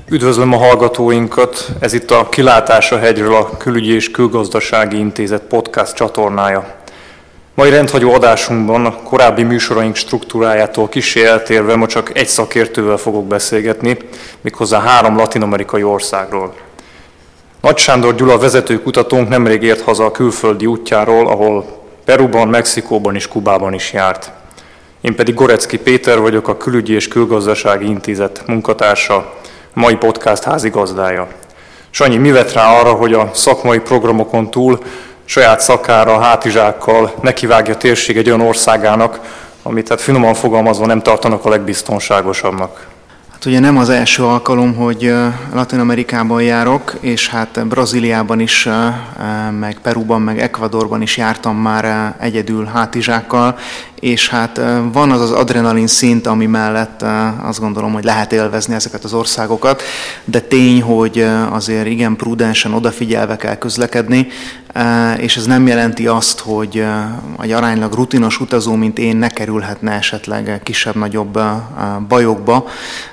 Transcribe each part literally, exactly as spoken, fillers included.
Üdvözlöm a hallgatóinkat, ez itt a Kilátás a hegyről, a Külügyi és Külgazdasági Intézet podcast csatornája. Mai rendhagyó adásunkban a korábbi műsoraink struktúrájától kissé eltérve ma csak egy szakértővel fogok beszélgetni, méghozzá három latin-amerikai országról. Nagy Sándor Gyula vezető kutatónk nemrég ért haza a külföldi útjáról, ahol Peruban, Mexikóban és Kubában is járt. Én pedig Gorecki Péter vagyok, a Külügyi és Külgazdasági Intézet munkatársa, a mai podcast házigazdája. Sanyi, mi vett rá arra, hogy a szakmai programokon túl saját szakára, hátizsákkal nekivágja a térség egy olyan országának, amit hát finoman fogalmazva nem tartanak a legbiztonságosabbnak? Hát ugye nem az első alkalom, hogy Latin-Amerikában járok, és hát Brazíliában is, meg Peruban, meg Ecuadorban is jártam már egyedül hátizsákkal, és hát van az az adrenalin szint, ami mellett azt gondolom, hogy lehet élvezni ezeket az országokat, de tény, hogy azért igen prudensen, odafigyelve kell közlekedni, és ez nem jelenti azt, hogy egy aránylag rutinos utazó, mint én, ne kerülhetne esetleg kisebb-nagyobb bajokba,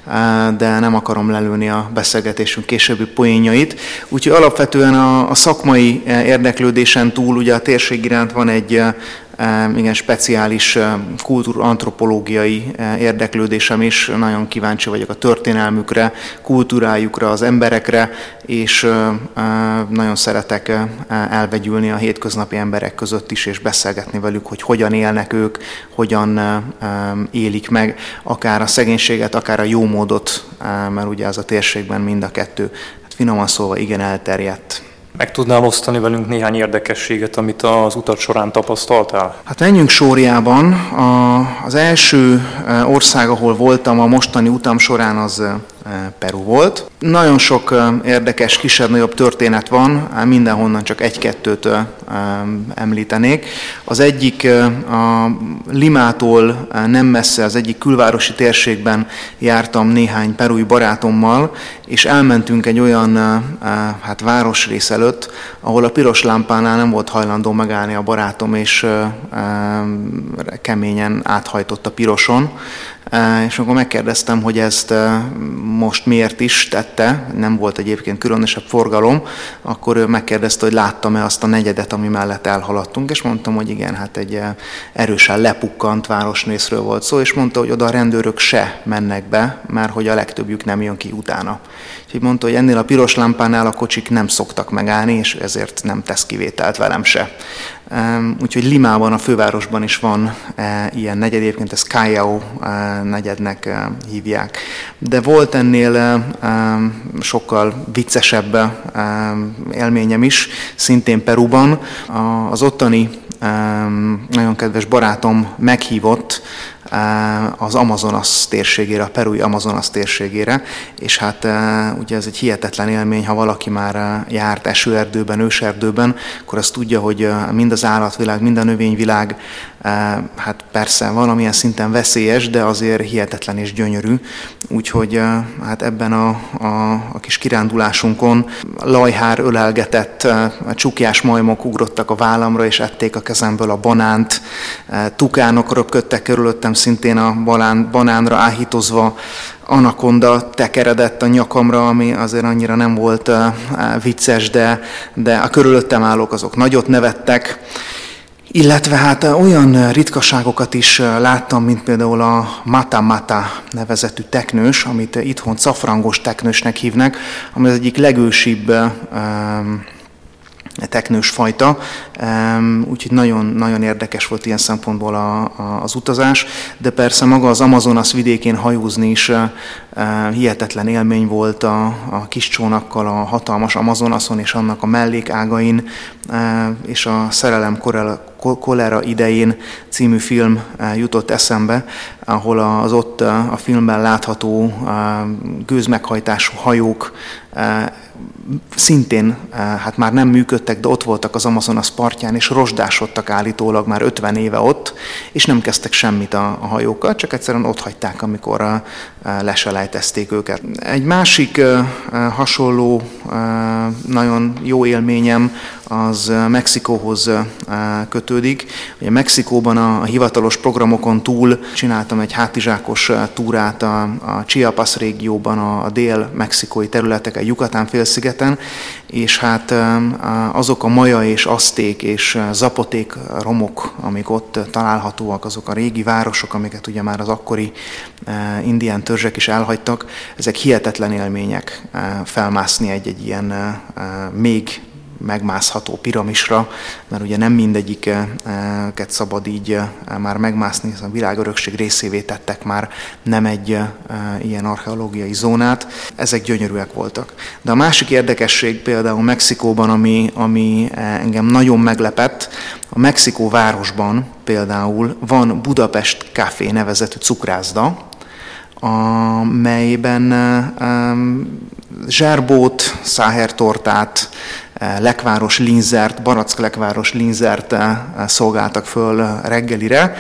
de nem akarom lelőni a beszélgetésünk későbbi poénjait. Úgyhogy alapvetően a, a szakmai érdeklődésen túl ugye a térség iránt van egy igen speciális kultúrantropológiai érdeklődésem is, nagyon kíváncsi vagyok a történelmükre, kultúrájukra, az emberekre, és nagyon szeretek elvegyülni a hétköznapi emberek között is, és beszélgetni velük, hogy hogyan élnek ők, hogyan élik meg akár a szegénységet, akár a jómódot, mert ugye az a térségben mind a kettő, hát finoman szólva igen elterjedt. Meg tudnál osztani velünk néhány érdekességet, amit az utat során tapasztaltál? Hát menjünk sorjában. A, az első ország, ahol voltam a mostani utam során, az Peru volt. Nagyon sok érdekes, kisebb-nagyobb történet van, mindenhonnan csak egy-kettőt említenék. Az egyik a Limától nem messze, az egyik külvárosi térségben jártam néhány perui barátommal, és elmentünk egy olyan hát városrész előtt, ahol a piros lámpánál nem volt hajlandó megállni a barátom, és keményen áthajtott a piroson. És akkor megkérdeztem, hogy ezt most miért is tette, nem volt egyébként különösebb forgalom, akkor ő megkérdezte, hogy láttam-e azt a negyedet, ami mellett elhaladtunk, és mondtam, hogy igen, hát egy erősen lepukkant városrészről volt szó, és mondta, hogy oda a rendőrök se mennek be, mert hogy a legtöbbjük nem jön ki utána. Úgyhogy mondta, hogy ennél a piros lámpánál a kocsik nem szoktak megállni, és ezért nem tesz kivételt velem se. Úgyhogy Limában, a fővárosban is van ilyen negyed, egyébként ezt Callao negyednek hívják. De volt ennél sokkal viccesebb élményem is, szintén Peruban. Az ottani nagyon kedves barátom meghívott az Amazonas térségére, a perui Amazonas térségére, és hát ugye ez egy hihetetlen élmény, ha valaki már járt esőerdőben, őserdőben, akkor azt tudja, hogy mind az állatvilág, mind a növényvilág, hát persze valamilyen szinten veszélyes, de azért hihetetlen és gyönyörű. Úgyhogy hát ebben a, a, a kis kirándulásunkon lajhár ölelgetett csukjás majmok ugrottak a vállamra, és ették a kezemből a banánt, tukánok röpködtek körülöttem, szintén a banán, banánra áhítozva, anakonda tekeredett a nyakamra, ami azért annyira nem volt uh, vicces, de, de a körülöttem állók azok nagyot nevettek. Illetve hát olyan ritkaságokat is láttam, mint például a Mata Mata nevezetű teknős, amit itthon szafrangos teknősnek hívnak, ami az egyik legősibb um, teknős fajta, úgyhogy nagyon, nagyon érdekes volt ilyen szempontból a, a, az utazás, de persze maga az Amazonas vidékén hajózni is hihetetlen élmény volt a, a kis csónakkal, a hatalmas Amazonason és annak a mellékágain, és a Szerelem kolera idején című film jutott eszembe, ahol az ott a filmben látható gőzmeghajtású hajók szintén hát már nem működtek, de ott voltak az Amazonas partján, és rozsdásodtak állítólag már ötven éve ott, és nem kezdtek semmit a, a hajókkal, csak egyszerűen ott hagyták, amikor a, a leselejtezték őket. Egy másik a, a hasonló, a, nagyon jó élményem az Mexikóhoz kötődik. Ugye Mexikóban a hivatalos programokon túl csináltam egy hátizsákos túrát a, a Chiapas régióban, a dél-mexikói területeken, Yucatán-félszigeten, és hát azok a maja és azték és zapoték romok, amik ott találhatóak, azok a régi városok, amiket ugye már az akkori indián törzsek is elhagytak, ezek hihetetlen élmények felmászni egy-egy ilyen még megmászható piramisra, mert ugye nem mindegyiket szabad így már megmászni, a világörökség részévé tettek már nem egy ilyen archeológiai zónát. Ezek gyönyörűek voltak. De a másik érdekesség például Mexikóban, ami, ami engem nagyon meglepett, a Mexikó városban például van Budapest Café nevezetű cukrászda, amelyben zserbót, száhertortát, lekváros linzert, barack lekváros linzert szolgáltak föl reggelire.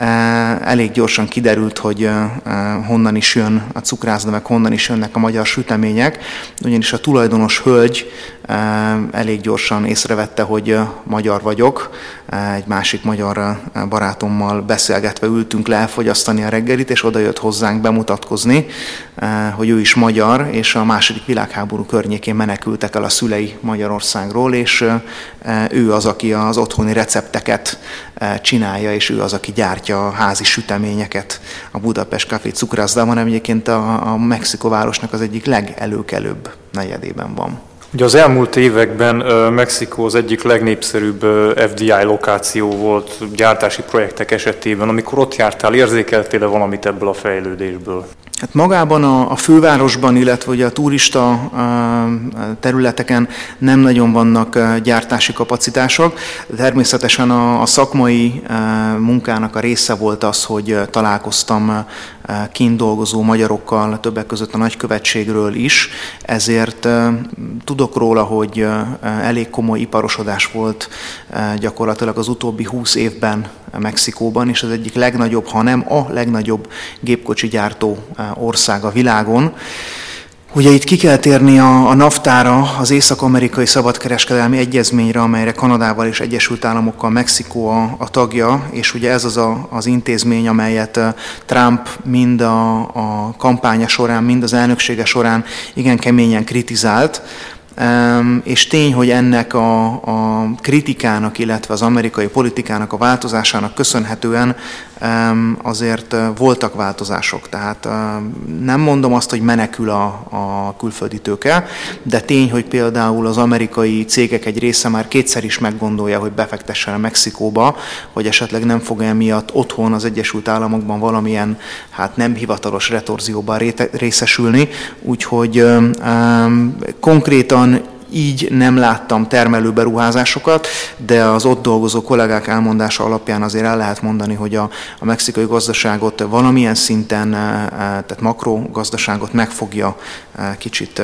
Elég gyorsan kiderült, hogy honnan is jön a cukrászda, meg honnan is jönnek a magyar sütemények, ugyanis a tulajdonos hölgy elég gyorsan észrevette, hogy magyar vagyok. Egy másik magyar barátommal beszélgetve ültünk le elfogyasztani a reggelit, és oda jött hozzánk bemutatkozni, hogy ő is magyar, és a második világháború környékén menekültek el a szülei Magyarországról, és ő az, aki az otthoni recepteket csinálja, és ő az, aki gyártja a házi süteményeket a Budapest Café cukrászdában, ami egyébként a, a Mexikó városnak az egyik legelőkelőbb negyedében van. Ugye az elmúlt években Mexikó az egyik legnépszerűbb ef dé i lokáció volt gyártási projektek esetében. Amikor ott jártál, érzékeltél-e valamit ebből a fejlődésből? Hát magában a, a fővárosban, illetve ugye a turista területeken nem nagyon vannak gyártási kapacitások. Természetesen a, a szakmai munkának a része volt az, hogy találkoztam kint dolgozó magyarokkal, többek között a nagykövetségről is, ezért tudok róla, hogy elég komoly iparosodás volt gyakorlatilag az utóbbi húsz évben Mexikóban, és az egyik legnagyobb, ha nem a legnagyobb gépkocsi gyártó ország a világon. Ugye itt ki kell térni a, a naftára, az Észak-amerikai szabadkereskedelmi egyezményre, amelyre Kanadával és Egyesült Államokkal Mexikó a, a tagja, és ugye ez az a, az intézmény, amelyet Trump mind a, a kampánya során, mind az elnöksége során igen keményen kritizált. És tény, hogy ennek a, a kritikának, illetve az amerikai politikának a változásának köszönhetően azért voltak változások. Tehát nem mondom azt, hogy menekül a, a külföldi tőke, de tény, hogy például az amerikai cégek egy része már kétszer is meggondolja, hogy befektessen a Mexikóba, hogy esetleg nem fog emiatt otthon az Egyesült Államokban valamilyen hát nem hivatalos retorzióban részesülni. Úgyhogy um, konkrétan így nem láttam termelő beruházásokat, de az ott dolgozó kollégák elmondása alapján azért el lehet mondani, hogy a, a mexikai gazdaságot valamilyen szinten, tehát makrogazdaságot meg fogja kicsit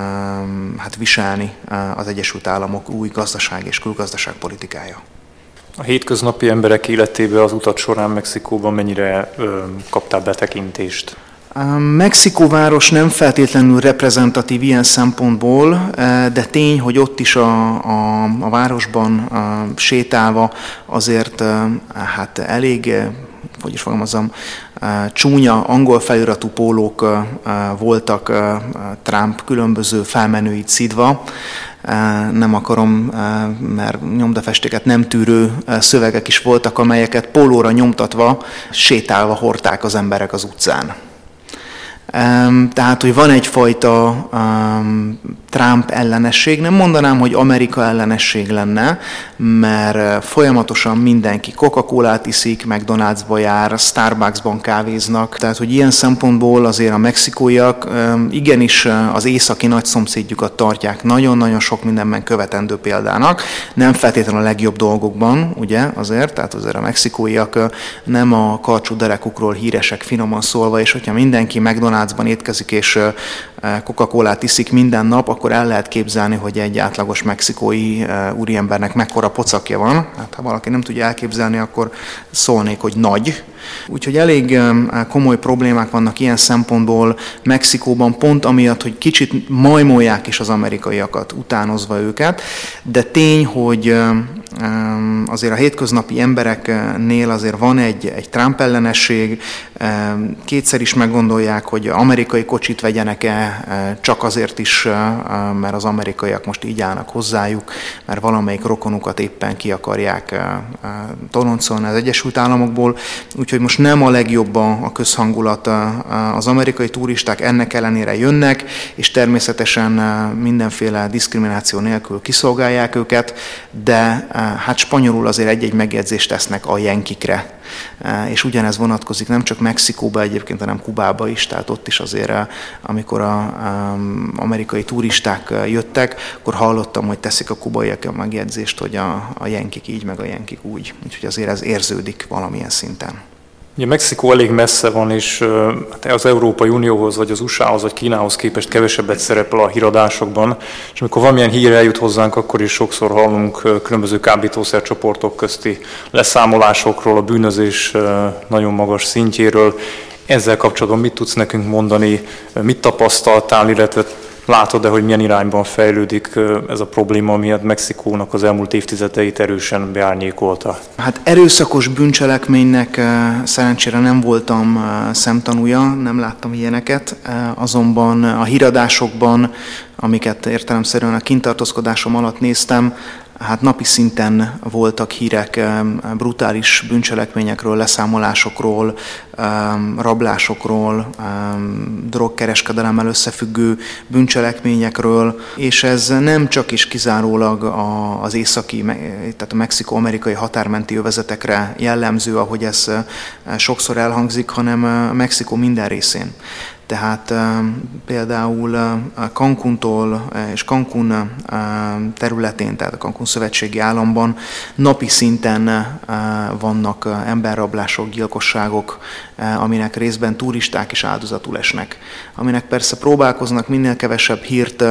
hát viselni az Egyesült Államok új gazdaság és külgazdaság politikája. A hétköznapi emberek életébe az utat során Mexikóban mennyire ö, kaptál betekintést? Mexikó város nem feltétlenül reprezentatív ilyen szempontból, de tény, hogy ott is a, a, a városban a, sétálva azért hát elég, hogy is fogalmazom, csúnya angol feliratú pólók voltak Trump különböző felmenőit szidva. Nem akarom, mert nyomdafestéket nem tűrő szövegek is voltak, amelyeket pólóra nyomtatva, sétálva hordták az emberek az utcán. Tehát, hogy van egyfajta um, Trump ellenesség, nem mondanám, hogy Amerika ellenesség lenne, mert folyamatosan mindenki Coca-Colát iszik, McDonald'sba jár, Starbucksban kávéznak. Tehát, hogy ilyen szempontból azért a mexikóiak um, igenis az északi nagyszomszédjukat tartják nagyon-nagyon sok mindenben követendő példának. Nem feltétlenül a legjobb dolgokban, ugye, azért, tehát azért a mexikóiak nem a karcsú derekukról híresek, finoman szólva, és hogyha mindenki McDonald's ban étkezik, és Coca-Colát iszik minden nap, akkor el lehet képzelni, hogy egy átlagos mexikói úriembernek mekkora pocakja van. Hát ha valaki nem tudja elképzelni, akkor szólnék, hogy nagy. Úgyhogy elég komoly problémák vannak ilyen szempontból Mexikóban, pont amiatt, hogy kicsit majmolják is az amerikaiakat, utánozva őket, de tény, hogy azért a hétköznapi embereknél azért van egy, egy Trump ellenesség, kétszer is meggondolják, hogy amerikai kocsit vegyenek-e, csak azért is, mert az amerikaiak most így állnak hozzájuk, mert valamelyik rokonukat éppen ki akarják toloncolni az Egyesült Államokból. Úgyhogy most nem a legjobb a közhangulat, az amerikai turisták ennek ellenére jönnek, és természetesen mindenféle diszkrimináció nélkül kiszolgálják őket, de hát spanyolul azért egy-egy megjegyzést tesznek a jenkikre. És ugyanez vonatkozik nem csak Mexikóba egyébként, hanem Kubába is, tehát ott is azért, amikor az amerikai turisták jöttek, akkor hallottam, hogy teszik a kubaiak a megjegyzést, hogy a, a jenkik így, meg a jenkik úgy. Úgyhogy azért ez érződik valamilyen szinten. Ugye Mexikó elég messze van, és az Európai Unióhoz, vagy az u es á-hoz, vagy Kínához képest kevesebbet szerepel a híradásokban, és amikor valamilyen hír eljut hozzánk, akkor is sokszor hallunk különböző kábítószercsoportok közti leszámolásokról, a bűnözés nagyon magas szintjéről. Ezzel kapcsolatban mit tudsz nekünk mondani, mit tapasztaltál, illetve látod-e, hogy milyen irányban fejlődik ez a probléma, miatt Mexikónak az elmúlt évtizedeit erősen beárnyékolta? Hát erőszakos bűncselekménynek szerencsére nem voltam szemtanúja, nem láttam ilyeneket, azonban a híradásokban, amiket értelemszerűen a kintartózkodásom alatt néztem, hát napi szinten voltak hírek brutális bűncselekményekről, leszámolásokról, rablásokról, drogkereskedelemmel összefüggő bűncselekményekről, és ez nem csak is kizárólag az északi, tehát a mexikó-amerikai határmenti övezetekre jellemző, ahogy ez sokszor elhangzik, hanem Mexikó minden részén. Tehát például Cancuntól és Cancún területén, tehát a Cancún szövetségi államban napi szinten vannak emberrablások, gyilkosságok, aminek részben turisták is áldozatul esnek. Aminek persze próbálkoznak minél kevesebb hírt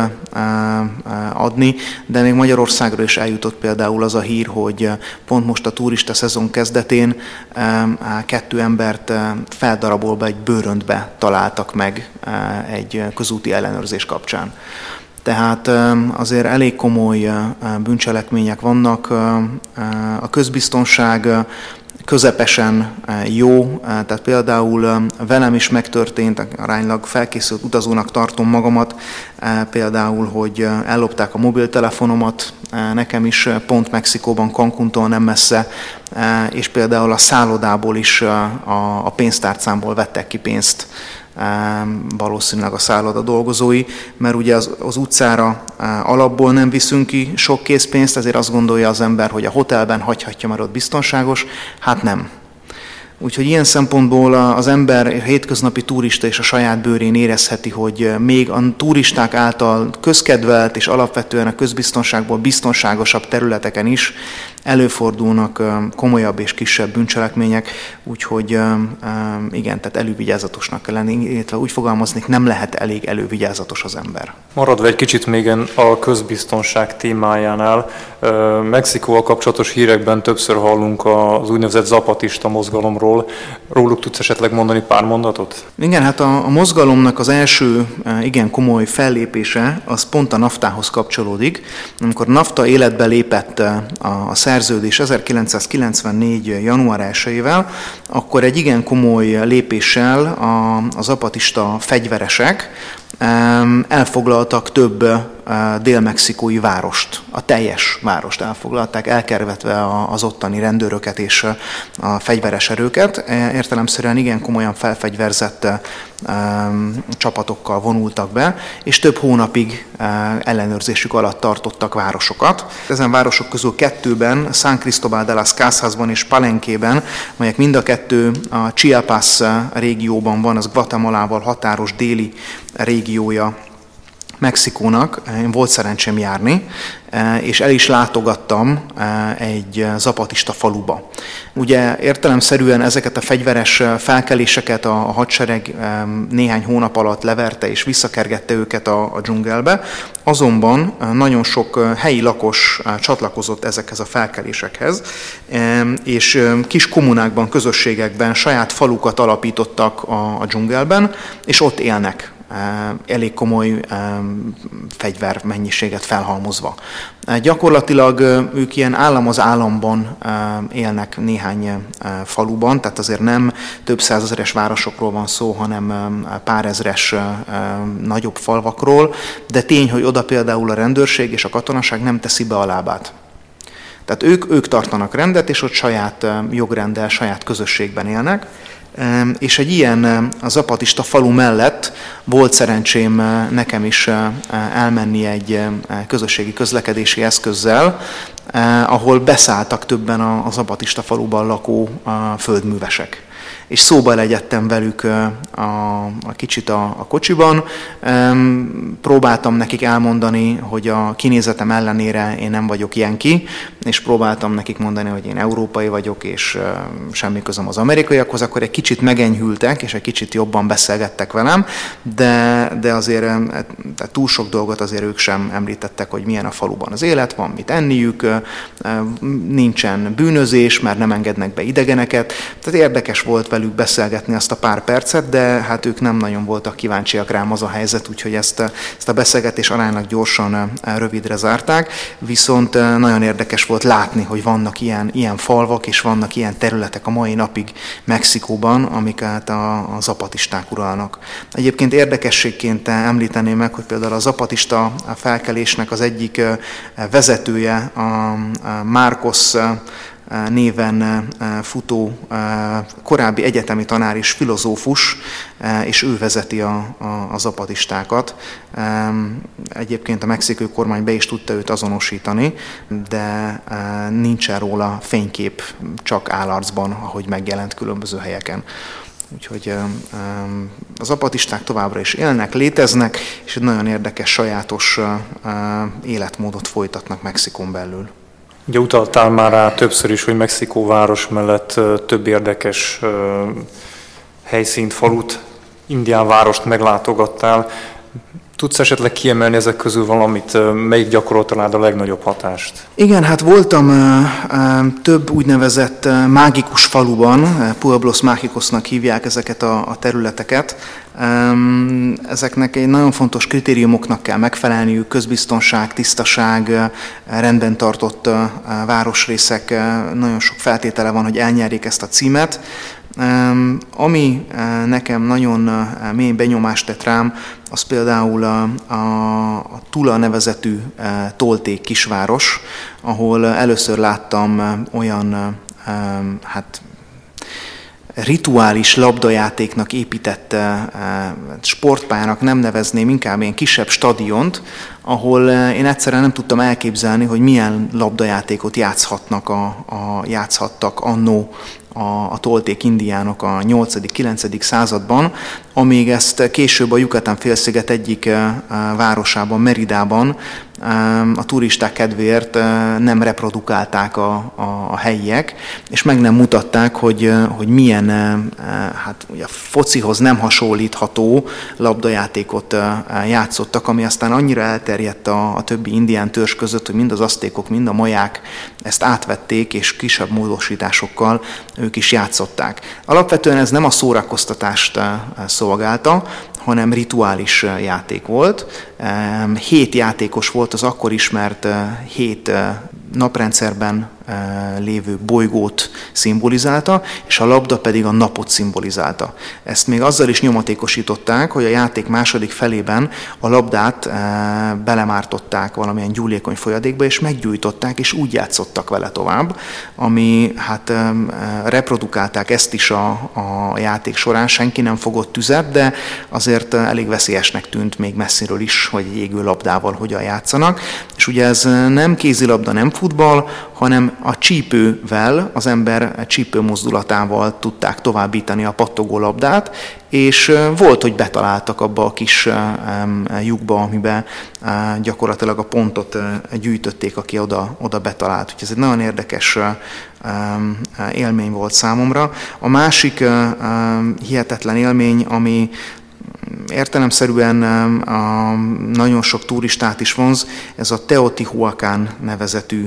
adni, de még Magyarországra is eljutott például az a hír, hogy pont most a turista szezon kezdetén kettő embert feldarabolva egy bőröntbe találtak meg egy közúti ellenőrzés kapcsán. Tehát azért elég komoly bűncselekmények vannak. A közbiztonság közepesen jó, tehát például velem is megtörtént, aránylag felkészült utazónak tartom magamat, például, hogy ellopták a mobiltelefonomat, nekem is pont Mexikóban, Cancuntól nem messze, és például a szállodából is a pénztárcámból vettek ki pénzt, valószínűleg a szálloda dolgozói, mert ugye az, az utcára alapból nem viszünk ki sok készpénzt, ezért azt gondolja az ember, hogy a hotelben hagyhatja, mert ott biztonságos, hát nem. Úgyhogy ilyen szempontból az ember, a hétköznapi turista és a saját bőrén érezheti, hogy még a turisták által közkedvelt és alapvetően a közbiztonságból biztonságosabb területeken is előfordulnak komolyabb és kisebb bűncselekmények, úgyhogy igen, tehát elővigyázatosnak kell lenni, illetve úgy fogalmaznék, nem lehet elég elővigyázatos az ember. Maradva egy kicsit még a közbiztonság témájánál, Mexikóval kapcsolatos hírekben többször hallunk az úgynevezett zapatista mozgalomról. Róluk tudsz esetleg mondani pár mondatot? Igen, hát a, a mozgalomnak az első igen komoly fellépése az pont a naftához kapcsolódik. Amikor NAFTA életbe lépett a, a szerződés ezerkilencszázkilencvennégy. január elsejével, akkor egy igen komoly lépéssel a, a zapatista fegyveresek elfoglaltak több dél-mexikói várost, a teljes várost elfoglalták, elkervetve az ottani rendőröket és a fegyveres erőket. Értelemszerűen igen komolyan felfegyverzett csapatokkal vonultak be, és több hónapig ellenőrzésük alatt tartottak városokat. Ezen városok közül kettőben, San Cristóbal de las Casasban és Palenquében, melyek mind a kettő a Chiapas régióban van, az Guatemalával határos déli régiója Mexikónak volt szerencsém járni, és el is látogattam egy zapatista faluba. Ugye értelemszerűen ezeket a fegyveres felkeléseket a hadsereg néhány hónap alatt leverte és visszakergette őket a, a dzsungelbe, azonban nagyon sok helyi lakos csatlakozott ezekhez a felkelésekhez, és kis kommunákban, közösségekben saját falukat alapítottak a, a dzsungelben, és ott élnek. Elég komoly fegyvermennyiséget felhalmozva. Gyakorlatilag ők ilyen állam az államban élnek néhány faluban, tehát azért nem több százezeres városokról van szó, hanem pár ezres nagyobb falvakról, de tény, hogy oda például a rendőrség és a katonaság nem teszi be a lábát. Tehát ők, ők tartanak rendet, és ott saját jogrenddel, saját közösségben élnek. És egy ilyen a zapatista falu mellett volt szerencsém nekem is elmenni egy közösségi közlekedési eszközzel, ahol beszálltak többen a zapatista faluban lakó földművesek. És szóba legyettem velük a, a kicsit a, a kocsiban. Próbáltam nekik elmondani, hogy a kinézetem ellenére én nem vagyok jenki, és próbáltam nekik mondani, hogy én európai vagyok, és semmi közöm az amerikaiakhoz, akkor egy kicsit megenyhültek, és egy kicsit jobban beszélgettek velem, de, de azért tehát túl sok dolgot azért ők sem említettek, hogy milyen a faluban az élet, van mit enniük, nincsen bűnözés, mert nem engednek be idegeneket. Tehát érdekes volt velük beszélgetni azt a pár percet, de hát ők nem nagyon voltak kíváncsiak rám, az a helyzet, úgyhogy ezt, ezt a beszélgetés aránylag gyorsan, rövidre zárták, viszont nagyon érdekes volt látni, hogy vannak ilyen, ilyen falvak, és vannak ilyen területek a mai napig Mexikóban, amiket a, a zapatisták uralnak. Egyébként érdekességként említeném meg, hogy például a zapatista felkelésnek az egyik vezetője, a Marcos néven futó korábbi egyetemi tanár és filozófus, és ő vezeti a, a, a zapatistákat. Egyébként a mexikói kormány be is tudta őt azonosítani, de nincsen róla fénykép, csak állarcban, ahogy megjelent különböző helyeken. Úgyhogy a zapatisták továbbra is élnek, léteznek, és egy nagyon érdekes, sajátos életmódot folytatnak Mexikón belül. Ugye utaltál már rá többször is, hogy Mexikó város mellett több érdekes helyszínt, falut, indián várost meglátogattál. Tudsz esetleg kiemelni ezek közül valamit? Melyik gyakorolta rád a legnagyobb hatást? Igen, hát voltam több úgynevezett mágikus faluban, Pueblos Mágicosnak hívják ezeket a, a területeket. Ezeknek egy nagyon fontos kritériumoknak kell megfelelniük, közbiztonság, tisztaság, rendben tartott városrészek, nagyon sok feltétele van, hogy elnyerjék ezt a címet. Ami nekem nagyon mély benyomást tett rám, az például a, a, a Tula nevezetű tolték kisváros, ahol először láttam olyan hát, rituális labdajátéknak épített sportpályának nem nevezném, inkább ilyen kisebb stadiont, ahol én egyszerűen nem tudtam elképzelni, hogy milyen labdajátékot játszhatnak a, a, játszhattak annó a, a tolték indiánok a nyolcadik-kilencedik században, amíg ezt később a Yucatán-félsziget egyik városában, Meridában a turisták kedvéért nem reprodukálták a, a, a helyiek, és meg nem mutatták, hogy, hogy milyen hát, ugye a focihoz nem hasonlítható labdajátékot játszottak, ami aztán annyira elterjedt a, a többi indián törzs között, hogy mind az aztékok, mind a maják ezt átvették, és kisebb módosításokkal ők is játszották. Alapvetően ez nem a szórakoztatást szolgálta, hanem rituális játék volt. Hét játékos volt az akkor ismert hét naprendszerben lévő bolygót szimbolizálta, és a labda pedig a napot szimbolizálta. Ezt még azzal is nyomatékosították, hogy a játék második felében a labdát belemártották valamilyen gyúlékony folyadékba, és meggyújtották, és úgy játszottak vele tovább, ami hát reprodukálták ezt is a, a játék során, senki nem fogott tüzet, de azért elég veszélyesnek tűnt még messziről is, hogy égő labdával hogyan játszanak. És ugye ez nem kézilabda, nem futball, hanem a csípővel, az ember csípő mozdulatával tudták továbbítani a pattogó labdát, és volt, hogy betaláltak abba a kis lyukba, amiben gyakorlatilag a pontot gyűjtötték, aki oda, oda betalált. Úgyhogy ez egy nagyon érdekes élmény volt számomra. A másik hihetetlen élmény, ami értelemszerűen a nagyon sok turistát is vonz, ez a Teotihuacán nevezetű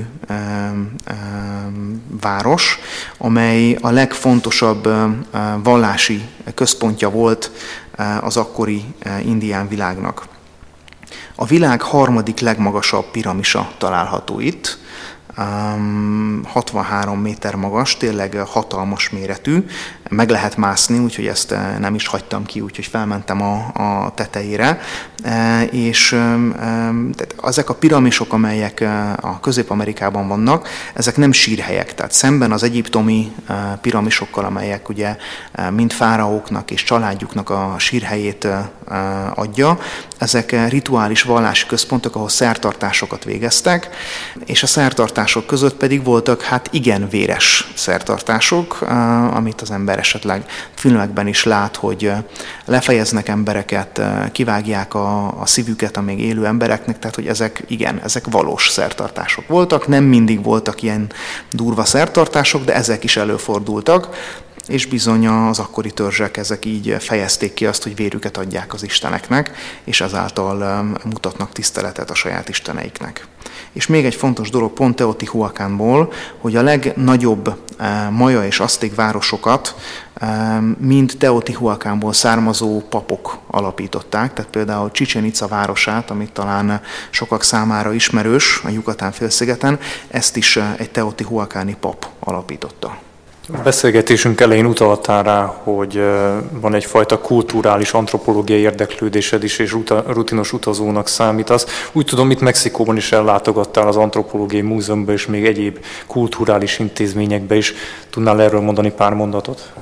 város, amely a legfontosabb vallási központja volt az akkori indián világnak. A világ harmadik legmagasabb piramisa található itt, hatvanhárom méter magas, tényleg hatalmas méretű, meg lehet mászni, úgyhogy ezt nem is hagytam ki, úgyhogy felmentem a, a tetejére. És ezek a piramisok, amelyek a Közép-Amerikában vannak, ezek nem sírhelyek, tehát szemben az egyiptomi piramisokkal, amelyek ugye mind fáraóknak és családjuknak a sírhelyét adja, ezek rituális vallási központok, ahol szertartásokat végeztek, és a szertartások között pedig voltak hát igen véres szertartások, amit az ember esetleg filmekben is lát, hogy lefejeznek embereket, kivágják a, a szívüket a még élő embereknek, tehát hogy ezek igen, ezek valós szertartások voltak, nem mindig voltak ilyen durva szertartások, de ezek is előfordultak, és bizony az akkori törzsek ezek így fejezték ki azt, hogy vérüket adják az isteneknek, és ezáltal mutatnak tiszteletet a saját isteneiknek. És még egy fontos dolog pont Teotihuacánból, hogy a legnagyobb maja és azték városokat mind Teotihuacánból származó papok alapították, tehát például Chichén Itzá városát, amit talán sokak számára ismerős a Yucatán-félszigeten, ezt is egy teotihuacáni pap alapította. A beszélgetésünk elején utaltál rá, hogy van egyfajta kulturális, antropológiai érdeklődésed is, és rutinos utazónak számítasz. Úgy tudom, itt Mexikóban is ellátogattál az Antropológiai Múzeumba, és még egyéb kulturális intézményekbe is. Tudnál erről mondani pár mondatot?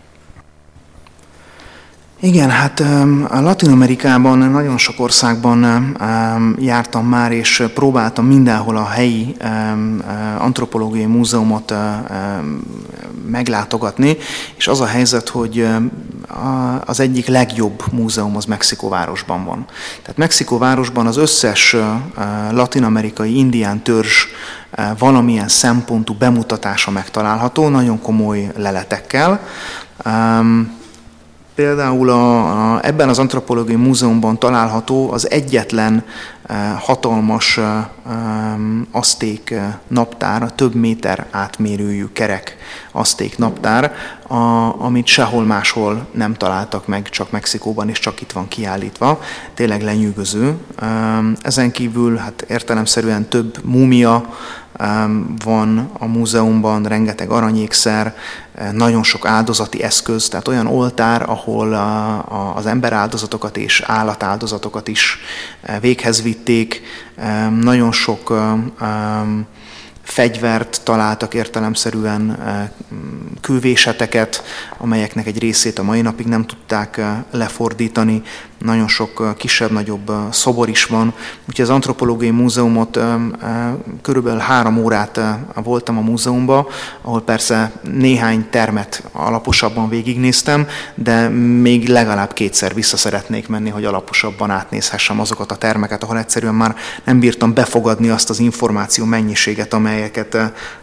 Igen, hát a Latin-Amerikában nagyon sok országban jártam már, és próbáltam mindenhol a helyi antropológiai múzeumot meglátogatni, és az a helyzet, hogy az egyik legjobb múzeum az Mexikóvárosban van. Tehát Mexikóvárosban az összes latin-amerikai indián törzs valamilyen szempontú bemutatása megtalálható, nagyon komoly leletekkel. Például a, a, ebben az antropológiai múzeumban található az egyetlen e, hatalmas e, azték naptár, a több méter átmérőjű kerek azték naptár, a, amit sehol máshol nem találtak meg, csak Mexikóban, és csak itt van kiállítva. Tényleg lenyűgöző. E, ezen kívül hát értelemszerűen több múmia van a múzeumban, rengeteg aranyékszer, nagyon sok áldozati eszköz, tehát olyan oltár, ahol az emberáldozatokat és állatáldozatokat is véghez vitték. Nagyon sok fegyvert találtak értelemszerűen, kővéseteket, amelyeknek egy részét a mai napig nem tudták lefordítani. Nagyon sok kisebb-nagyobb szobor is van. Úgyhogy az Antropológiai Múzeumot körülbelül három órát voltam a múzeumban, ahol persze néhány termet alaposabban végignéztem, de még legalább kétszer vissza szeretnék menni, hogy alaposabban átnézhessem azokat a termeket, ahol egyszerűen már nem bírtam befogadni azt az információ mennyiséget, amelyeket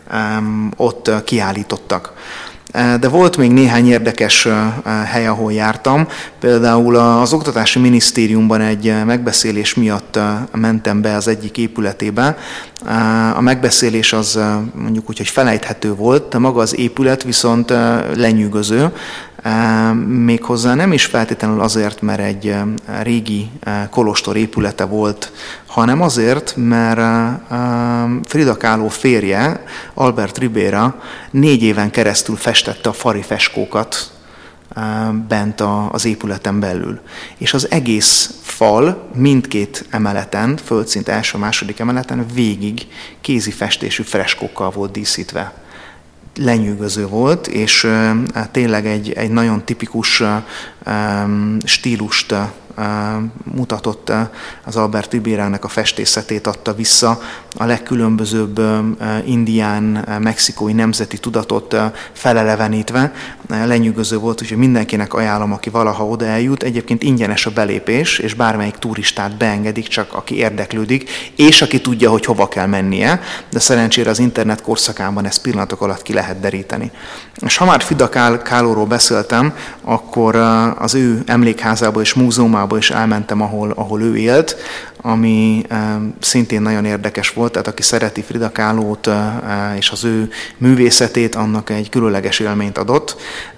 ott kiállítottak. De volt még néhány érdekes hely, ahol jártam. Például az Oktatási Minisztériumban egy megbeszélés miatt mentem be az egyik épületébe. A megbeszélés az mondjuk úgy, hogy felejthető volt, de maga az épület viszont lenyűgöző. Méghozzá nem is feltétlenül azért, mert egy régi kolostor épülete volt, hanem azért, mert Frida Kahlo férje, Albert Ribera négy éven keresztül festette a fari feskókat bent az épületen belül. És az egész fal mindkét emeleten, földszint első-második emeleten végig kézi festésű freskókkal volt díszítve. Lenyűgöző volt, és tényleg egy, egy nagyon tipikus stílust mutatott, az Albert Ribérának a festészetét adta vissza, a legkülönbözőbb indián, mexikói nemzeti tudatot felelevenítve. Lenyűgöző volt, úgyhogy mindenkinek ajánlom, aki valaha oda eljut. Egyébként ingyenes a belépés, és bármelyik turistát beengedik, csak aki érdeklődik, és aki tudja, hogy hova kell mennie, de szerencsére az internet korszakában ezt pillanatok alatt ki lehet deríteni. És ha már Frida Kahloról beszéltem, akkor az ő emlékházába és múzeumába is elmentem, ahol, ahol ő élt, ami szintén nagyon érdekes volt, tehát aki szereti Frida Kahlót és az ő művészetét, annak egy különleges élményt adott.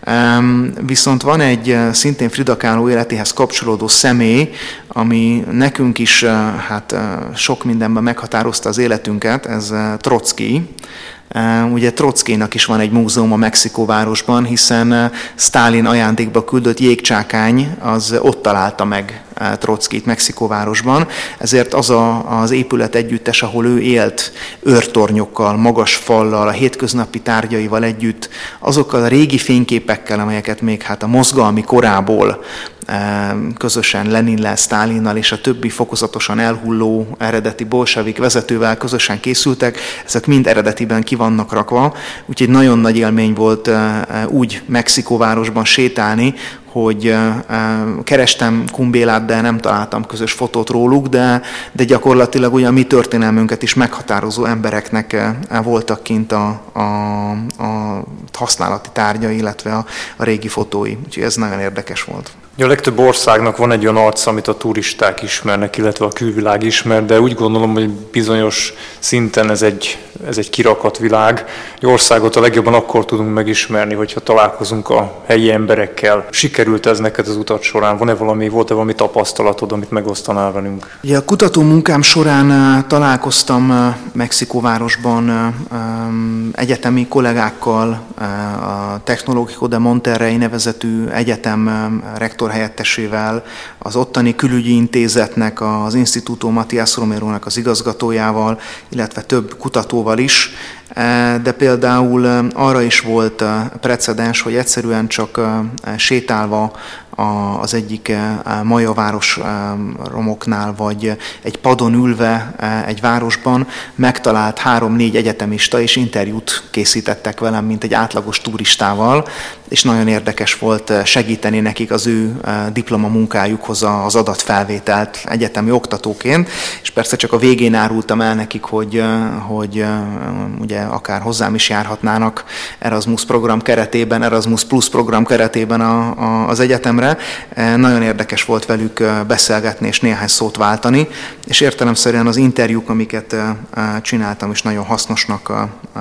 Viszont van egy szintén Frida Kahló életéhez kapcsolódó személy, ami nekünk is hát, sok mindenben meghatározta az életünket, ez Trotsky. Ugye Trotskynak is van egy múzeum a Mexikóvárosban, hiszen Sztálin ajándékba küldött jégcsákány az ott találta meg Trotskyt Mexikóvárosban, ezért az a, az épület együttes, ahol ő élt, őrtornyokkal, magas fallal, a hétköznapi tárgyaival együtt, azokkal a régi fényképekkel, amelyeket még hát a mozgalmi korából közösen Leninnel, Sztálinnal és a többi fokozatosan elhulló eredeti bolsevik vezetővel közösen készültek, ezek mind eredetiben ki vannak rakva, úgyhogy nagyon nagy élmény volt úgy Mexikóvárosban sétálni, hogy kerestem Kumbélát, de nem találtam közös fotót róluk, de, de gyakorlatilag ugye a mi történelmünket is meghatározó embereknek voltak kint a, a, a használati tárgyai, illetve a, a régi fotói. Úgyhogy ez nagyon érdekes volt. A legtöbb országnak van egy olyan arc, amit a turisták ismernek, illetve a külvilág ismer, de úgy gondolom, hogy bizonyos szinten ez egy, ez egy kirakat világ. Egy országot a legjobban akkor tudunk megismerni, hogyha találkozunk a helyi emberekkel. Sikerült ez neked az utat során? Van-e valami, volt-e valami tapasztalatod, amit megosztanál velünk? Ugye a kutató munkám során találkoztam Mexikóvárosban egyetemi kollégákkal, a Tecnológico de Monterrey nevezetű egyetem rektor helyettesével, az ottani külügyi intézetnek, az Instituto Matías Romerónak az igazgatójával, illetve több kutatóval is, de például arra is volt precedens, hogy egyszerűen csak sétálva az egyik majaváros romoknál, vagy egy padon ülve egy városban megtalált három-négy egyetemista, és interjút készítettek velem, mint egy átlagos turistával, és nagyon érdekes volt segíteni nekik az ő diplomamunkájukhoz az adatfelvételt egyetemi oktatóként, és persze csak a végén árultam el nekik, hogy, hogy ugye akár hozzám is járhatnának Erasmus program keretében, Erasmus Plus program keretében a, a, az egyetemre. Nagyon érdekes volt velük beszélgetni és néhány szót váltani, és értelemszerűen az interjúk, amiket csináltam, is nagyon hasznosnak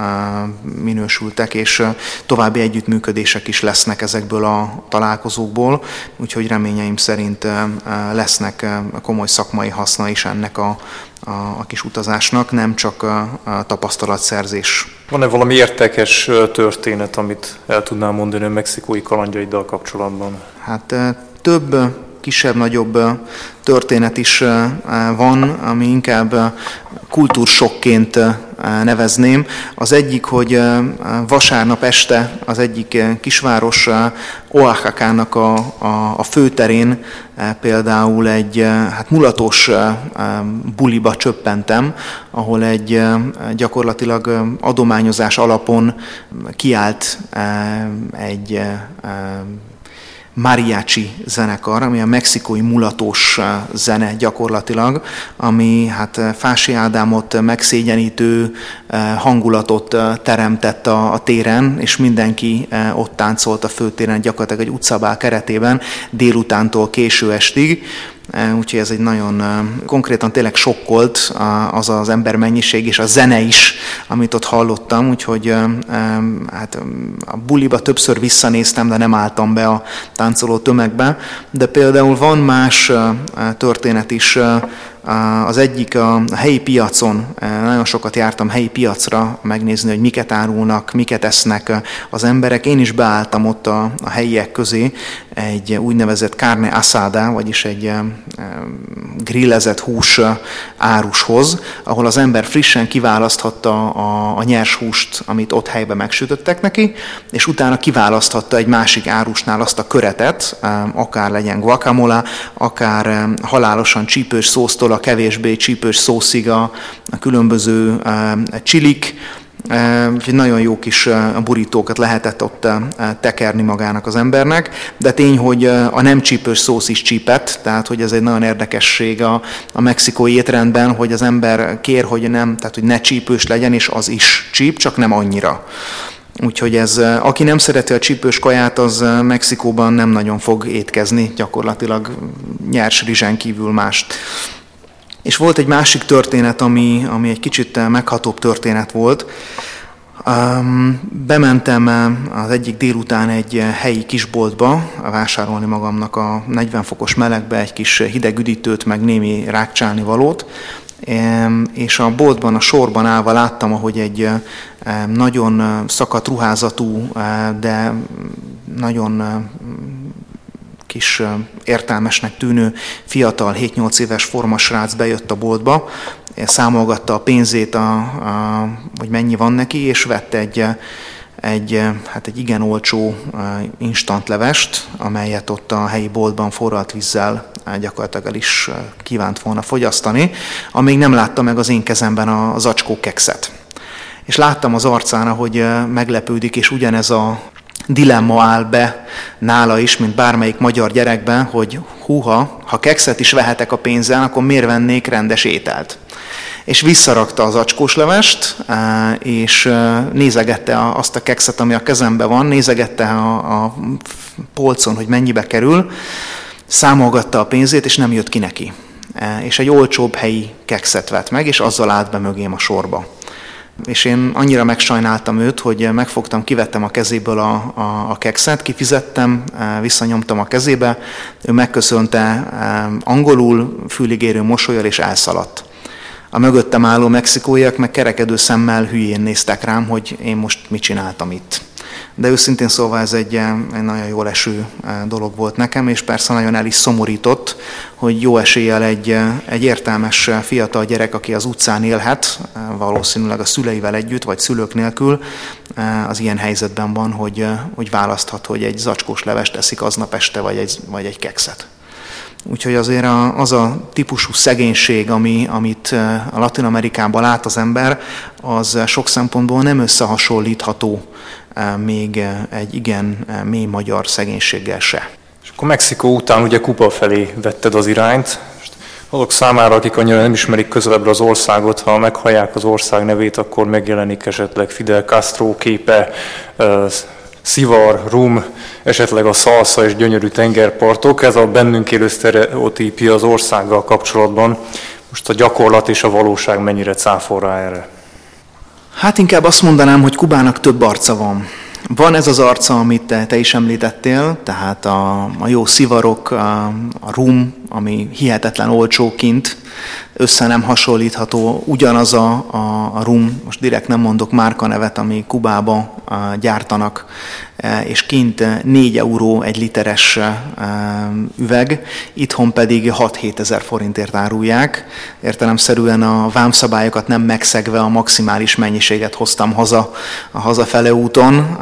minősültek, és további együttműködések is lesznek ezekből a találkozókból, úgyhogy reményeim szerint lesznek komoly szakmai haszna is ennek a, a, a kis utazásnak, nem csak a, a tapasztalatszerzés. Van-e valami értékes történet, amit el tudnál mondani a mexikói kalandjaiddal kapcsolatban? Hát több kisebb-nagyobb történet is van, ami inkább kultúrsokként nevezném. Az egyik, hogy vasárnap este az egyik kisváros Oaxacának a, a, a főterén például egy hát mulatos buliba csöppentem, ahol egy gyakorlatilag adományozás alapon kiállt egy mariachi zenekar, ami a mexikói mulatós zene gyakorlatilag, ami hát Fási Ádámot megszégyenítő hangulatot teremtett a, a téren, és mindenki ott táncolt a főtéren, gyakorlatilag egy utcabál keretében délutántól késő estig. Úgyhogy ez egy nagyon konkrétan tényleg sokkolt az az embermennyiség és a zene is, amit ott hallottam, úgyhogy hát a buliba többször visszanéztem, de nem álltam be a táncoló tömegbe. De például van más történet is Az egyik a helyi piacon, nagyon sokat jártam helyi piacra megnézni, hogy miket árulnak, miket esznek az emberek. Én is beálltam ott a, a helyiek közé egy úgynevezett carne asada, vagyis egy grillezett hús árushoz, ahol az ember frissen kiválaszthatta a, a nyers húst, amit ott helyben megsütöttek neki, és utána kiválaszthatta egy másik árusnál azt a köretet, akár legyen guacamole, akár halálosan csípős szósztól a kevésbé csípős szószig a, a különböző csilik, úgyhogy nagyon jó kis burítókat lehetett ott tekerni magának az embernek, de tény, hogy a nem csípős szósz is csípett, tehát hogy ez egy nagyon érdekesség a, a mexikói étrendben, hogy az ember kér, hogy nem, tehát hogy ne csípős legyen, és az is csíp, csak nem annyira. Úgyhogy ez, aki nem szereti a csípős kaját, az Mexikóban nem nagyon fog étkezni, gyakorlatilag nyers rizsen kívül mást. És volt egy másik történet, ami, ami egy kicsit meghatóbb történet volt. Um, bementem az egyik délután egy helyi kisboltba vásárolni magamnak a negyven fokos melegbe egy kis hideg üdítőt, meg némi rákcsálni valót, és a boltban, a sorban állva láttam, ahogy egy nagyon szakadt ruházatú, de nagyon kis értelmesnek tűnő fiatal, hét-nyolc éves formasrác bejött a boltba, számolgatta a pénzét, a, a, hogy mennyi van neki, és vett egy, egy, hát egy igen olcsó instant levest, amelyet ott a helyi boltban forralt vízzel gyakorlatilag el is kívánt volna fogyasztani, amíg nem látta meg az én kezemben a zacskó kekszet. És láttam az arcán, hogy meglepődik, és ugyanez a dilemma áll be nála is, mint bármelyik magyar gyerekben, hogy húha, ha kekszet is vehetek a pénzzel, akkor miért vennék rendes ételt? És visszarakta az zacskós levest, és nézegette azt a kekszet, ami a kezemben van, nézegette a, a polcon, hogy mennyibe kerül, számolgatta a pénzét, és nem jött ki neki. És egy olcsóbb helyi kekszet vett meg, és azzal állt be mögém a sorba. És én annyira megsajnáltam őt, hogy megfogtam, kivettem a kezéből a, a, a kekszet, kifizettem, visszanyomtam a kezébe, ő megköszönte angolul, füligérő mosollyal, és elszaladt. A mögöttem álló mexikóiak meg kerekedő szemmel hülyén néztek rám, hogy én most mit csináltam itt. De őszintén szólva ez egy, egy nagyon jól eső dolog volt nekem, és persze nagyon el is szomorított, hogy jó eséllyel egy, egy értelmes fiatal gyerek, aki az utcán élhet, valószínűleg a szüleivel együtt, vagy szülők nélkül, az ilyen helyzetben van, hogy, hogy választhat, hogy egy zacskós levest eszik aznap este, vagy egy, vagy egy kekszet. Úgyhogy azért az a típusú szegénység, ami, amit a Latin Amerikában lát az ember, az sok szempontból nem összehasonlítható még egy igen mély magyar szegénységgel se. És akkor Mexikó után ugye Kuba felé vetted az irányt. Azok számára, akik annyira nem ismerik közelebbre az országot, ha meghallják az ország nevét, akkor megjelenik esetleg Fidel Castro képe, szivar, rum, esetleg a szalsza és gyönyörű tengerpartok. Ez a bennünk élő sztereotípia az országgal kapcsolatban. Most a gyakorlat és a valóság mennyire cáfol rá erre? Hát inkább azt mondanám, hogy Kubának több arca van. Van ez az arca, amit te, te is említettél, tehát a, a jó szivarok, a, a rum, ami hihetetlen olcsó kint, össze nem hasonlítható, ugyanaz a, a, a rum, most direkt nem mondok márkanevet, ami Kubába gyártanak, és kint négy euró egy literes üveg, itthon pedig hat-hét ezer forintért árulják. Értelemszerűen a vámszabályokat nem megszegve a maximális mennyiséget hoztam haza a hazafele úton.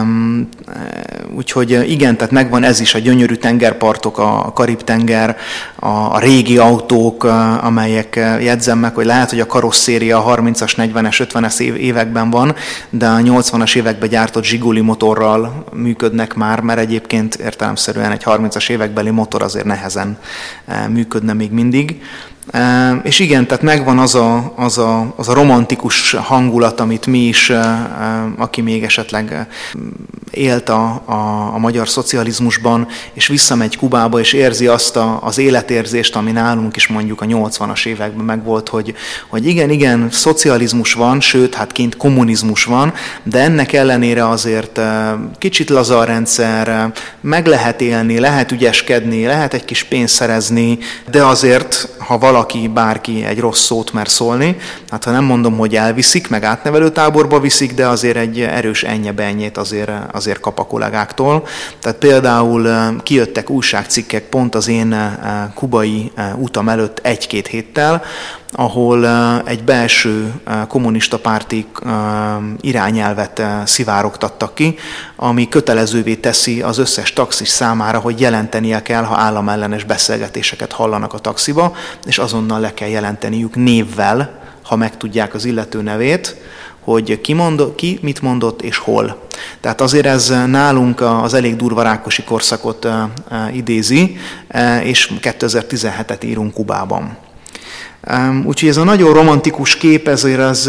Úgyhogy igen, tehát megvan ez is, a gyönyörű tengerpartok, a Karib-tenger, a régi autók, amelyek jegyzem meg, hogy lehet, hogy a karosszéria a harmincas, negyvenes, ötvenes években van, de a nyolcvanas években gyártott Zsiguli motorral működnek már, mert egyébként értelemszerűen egy harmincas évekbeli motor azért nehezen működne még mindig. És igen, tehát megvan az a, az, a, az a romantikus hangulat, amit mi is, aki még esetleg élt a, a, a magyar szocializmusban, és visszamegy Kubába, és érzi azt a, az életérzést, ami nálunk is mondjuk a nyolcvanas években megvolt, hogy, hogy igen, igen, szocializmus van, sőt, hát kint kommunizmus van, de ennek ellenére azért kicsit laza a rendszer, meg lehet élni, lehet ügyeskedni, lehet egy kis pénzt szerezni, de azért, ha valami valaki, bárki egy rossz szót mer szólni. Hát ha nem mondom, hogy elviszik, meg átnevelő táborba viszik, de azért egy erős ennye-bennyét azért, azért kap a kollégáktól. Tehát például kijöttek újságcikkek pont az én kubai utam előtt egy-két héttel, ahol egy belső kommunista párti irányelvet szivárogtattak ki, ami kötelezővé teszi az összes taxis számára, hogy jelentenie kell, ha államellenes beszélgetéseket hallanak a taxiba, és azonnal le kell jelenteniük névvel, ha megtudják az illető nevét, hogy ki, mondott, ki mit mondott és hol. Tehát azért ez nálunk az elég durva rákosi korszakot idézi, és kétezer-tizenhetet írunk Kubában. Úgyhogy ez a nagyon romantikus kép, ezért az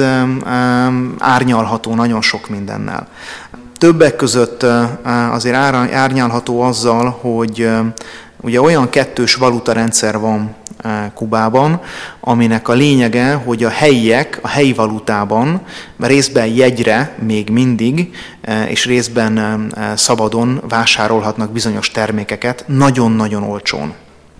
árnyalható nagyon sok mindennel. Többek között azért árnyalható azzal, hogy ugye olyan kettős valutarendszer van Kubában, aminek a lényege, hogy a helyiek a helyi valutában részben jegyre még mindig, és részben szabadon vásárolhatnak bizonyos termékeket nagyon-nagyon olcsón.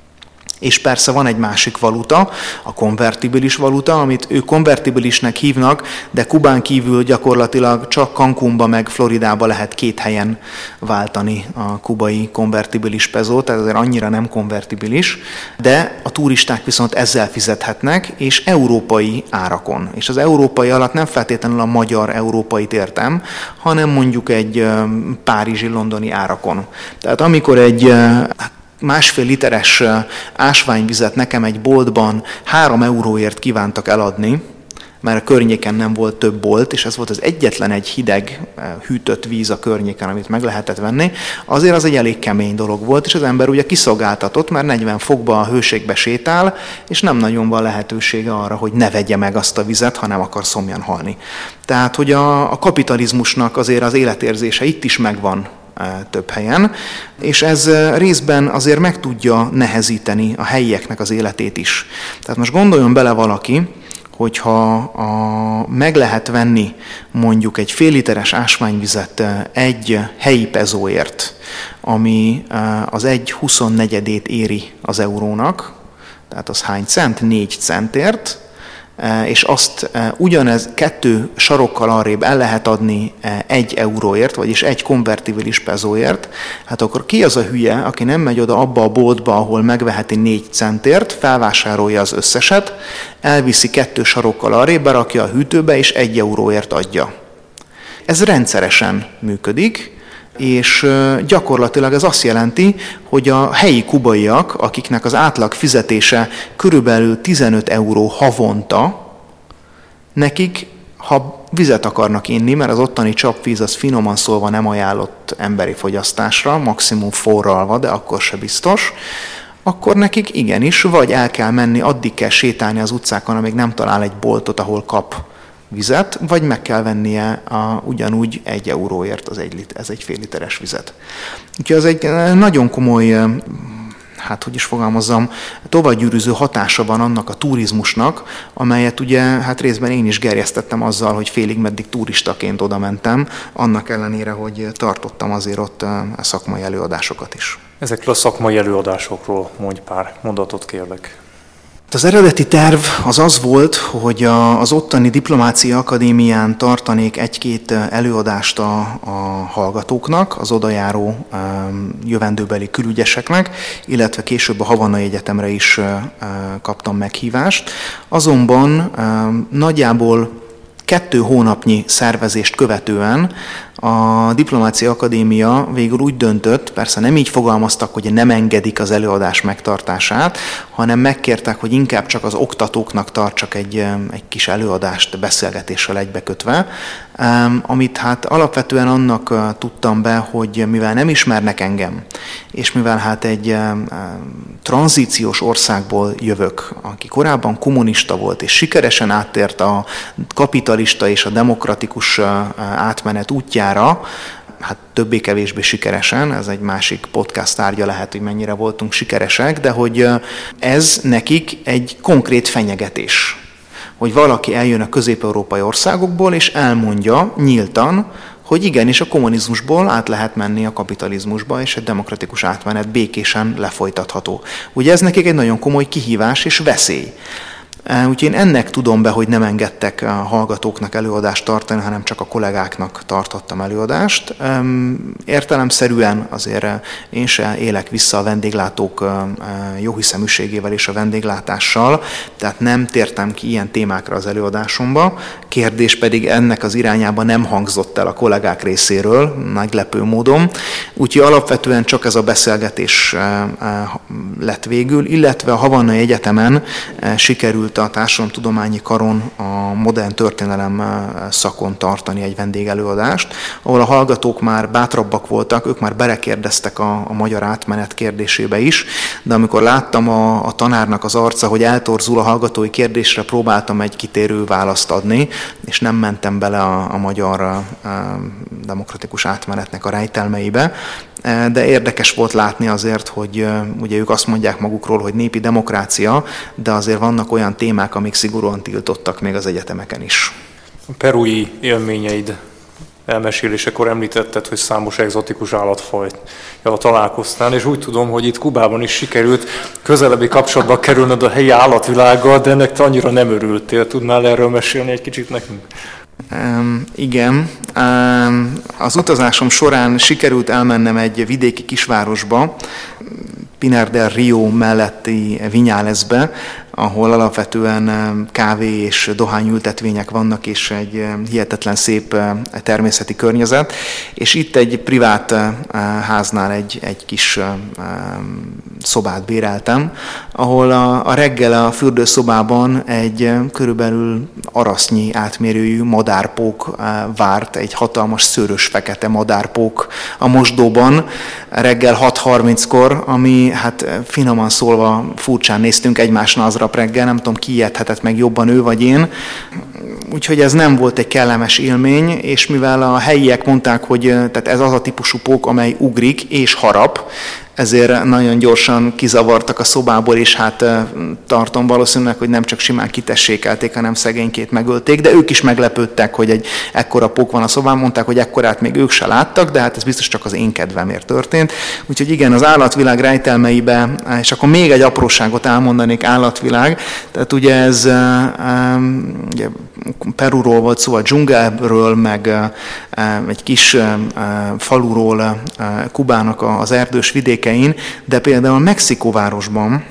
És persze van egy másik valuta, a konvertibilis valuta, amit ők konvertibilisnek hívnak, de Kubán kívül gyakorlatilag csak Cancúnba meg Floridába lehet két helyen váltani a kubai konvertibilis pezót, tehát azért annyira nem konvertibilis, de a turisták viszont ezzel fizethetnek, és európai árakon. És az európai alatt nem feltétlenül a magyar-európait értem, hanem mondjuk egy párizsi-londoni árakon. Tehát amikor egy másfél literes ásványvizet nekem egy boltban három euróért kívántak eladni, mert a környéken nem volt több bolt, és ez volt az egyetlen egy hideg, hűtött víz a környéken, amit meg lehetett venni, azért az egy elég kemény dolog volt, és az ember ugye kiszolgáltatott, mert negyven fokban a hőségbe sétál, és nem nagyon van lehetősége arra, hogy ne vegye meg azt a vizet, ha nem akar szomjan halni. Tehát, hogy a, a kapitalizmusnak azért az életérzése itt is megvan több helyen, és ez részben azért meg tudja nehezíteni a helyieknek az életét is. Tehát most gondoljon bele valaki, hogyha a, meg lehet venni mondjuk egy fél literes ásványvizet egy helyi pezóért, ami az egy huszonnegyedét éri az eurónak, tehát az hány cent? Négy centért, és azt ugyanez kettő sarokkal arrébb el lehet adni egy euróért, vagyis egy konvertibilis pezóért, hát akkor ki az a hülye, aki nem megy oda abba a boltba, ahol megveheti négy centért, felvásárolja az összeset, elviszi kettő sarokkal arrébb, berakja a hűtőbe, és egy euróért adja. Ez rendszeresen működik, és gyakorlatilag ez azt jelenti, hogy a helyi kubaiak, akiknek az átlag fizetése körülbelül tizenöt euró havonta, nekik, ha vizet akarnak inni, mert az ottani csapvíz az finoman szólva nem ajánlott emberi fogyasztásra, maximum forralva, de akkor se biztos, akkor nekik igenis, vagy el kell menni, addig kell sétálni az utcákon, amíg nem talál egy boltot, ahol kap vizet, vagy meg kell vennie a, ugyanúgy egy euróért az egy, ez egy fél literes vizet. Úgyhogy ez egy nagyon komoly, hát hogy is fogalmazzam, továbbgyűrűző hatása van annak a turizmusnak, amelyet ugye hát részben én is gerjesztettem azzal, hogy félig meddig turistaként oda mentem, annak ellenére, hogy tartottam azért ott a szakmai előadásokat is. Ezekről a szakmai előadásokról mondj pár mondatot, kérlek. Az eredeti terv az az volt, hogy az ottani diplomácia akadémián tartanék egy-két előadást a, a hallgatóknak, az odajáró um, jövendőbeli külügyeseknek, illetve később a Havannai Egyetemre is uh, kaptam meghívást. Azonban um, nagyjából kettő hónapnyi szervezést követően a Diplomácia Akadémia végül úgy döntött, persze nem így fogalmaztak, hogy nem engedik az előadás megtartását, hanem megkértek, hogy inkább csak az oktatóknak tartsak egy, egy kis előadást beszélgetéssel egybekötve, amit hát alapvetően annak tudtam be, hogy mivel nem ismernek engem, és mivel hát egy tranzíciós országból jövök, aki korábban kommunista volt, és sikeresen áttért a kapitalista és a demokratikus átmenet útjára, hát többé-kevésbé sikeresen, ez egy másik podcast tárgya lehet, hogy mennyire voltunk sikeresek, de hogy ez nekik egy konkrét fenyegetés. Hogy valaki eljön a közép-európai országokból, és elmondja nyíltan, hogy hogy igenis a kommunizmusból át lehet menni a kapitalizmusba, és egy demokratikus átmenet békésen lefolytatható. Ugye ez nekik egy nagyon komoly kihívás és veszély. Úgyhogy én ennek tudom be, hogy nem engedtek a hallgatóknak előadást tartani, hanem csak a kollégáknak tartottam előadást. Értelemszerűen azért én se élek vissza a vendéglátók jóhiszeműségével és a vendéglátással, tehát nem tértem ki ilyen témákra az előadásomba. Kérdés pedig ennek az irányába nem hangzott el a kollégák részéről, meglepő módon. Úgyhogy alapvetően csak ez a beszélgetés lett végül, illetve a Havannai Egyetemen sikerült a társadalomtudományi karon a modern történelem szakon tartani egy vendégelőadást, ahol a hallgatók már bátrabbak voltak, ők már belekérdeztek a, a magyar átmenet kérdésébe is, de amikor láttam a, a tanárnak az arca, hogy eltorzul a hallgatói kérdésre, próbáltam egy kitérő választ adni, és nem mentem bele a, a magyar a, a demokratikus átmenetnek a rejtelmeibe. De érdekes volt látni azért, hogy ugye ők azt mondják magukról, hogy népi demokrácia, de azért vannak olyan témák, amik szigorúan tiltottak még az egyetemeken is. A perui élményeid elmesélésekor említetted, hogy számos egzotikus állatfajjal találkoztál, és úgy tudom, hogy itt Kubában is sikerült közelebbi kapcsolatba kerülnöd a helyi állatvilággal, de ennek te annyira nem örültél. Tudnál erről mesélni egy kicsit nekünk? Um, igen. Um, az utazásom során sikerült elmennem egy vidéki kisvárosba, Pinar del Rio melletti Viñalesbe, ahol alapvetően kávé és dohányültetvények vannak, és egy hihetetlen szép természeti környezet. És itt egy privát háznál egy, egy kis szobát béreltem, ahol a, a reggel a fürdőszobában egy körülbelül arasznyi átmérőjű madárpók várt, egy hatalmas szőrös fekete madárpók a mosdóban reggel hat harminckor, ami hát finoman szólva furcsán néztünk egymásnál az reggel, nem tudom, ki ijedhetett meg jobban, ő vagy én. Úgyhogy ez nem volt egy kellemes élmény, és mivel a helyiek mondták, hogy tehát ez az a típusú pók, amely ugrik és harap, ezért nagyon gyorsan kizavartak a szobából, és hát tartom valószínűleg, hogy nem csak simán kitessékelték, hanem szegénykét megölték, de ők is meglepődtek, hogy egy ekkora pók van a szobán, mondták, hogy ekkorát még ők se láttak, de hát ez biztos csak az én kedvemért történt. Úgyhogy igen, az állatvilág rejtelmeibe, és akkor még egy apróságot elmondanék, állatvilág, tehát ugye ez ugye Perúról volt szó, a dzsungelről, meg egy kis faluról, Kubának az erdős vidékein, de például Mexikóvárosban,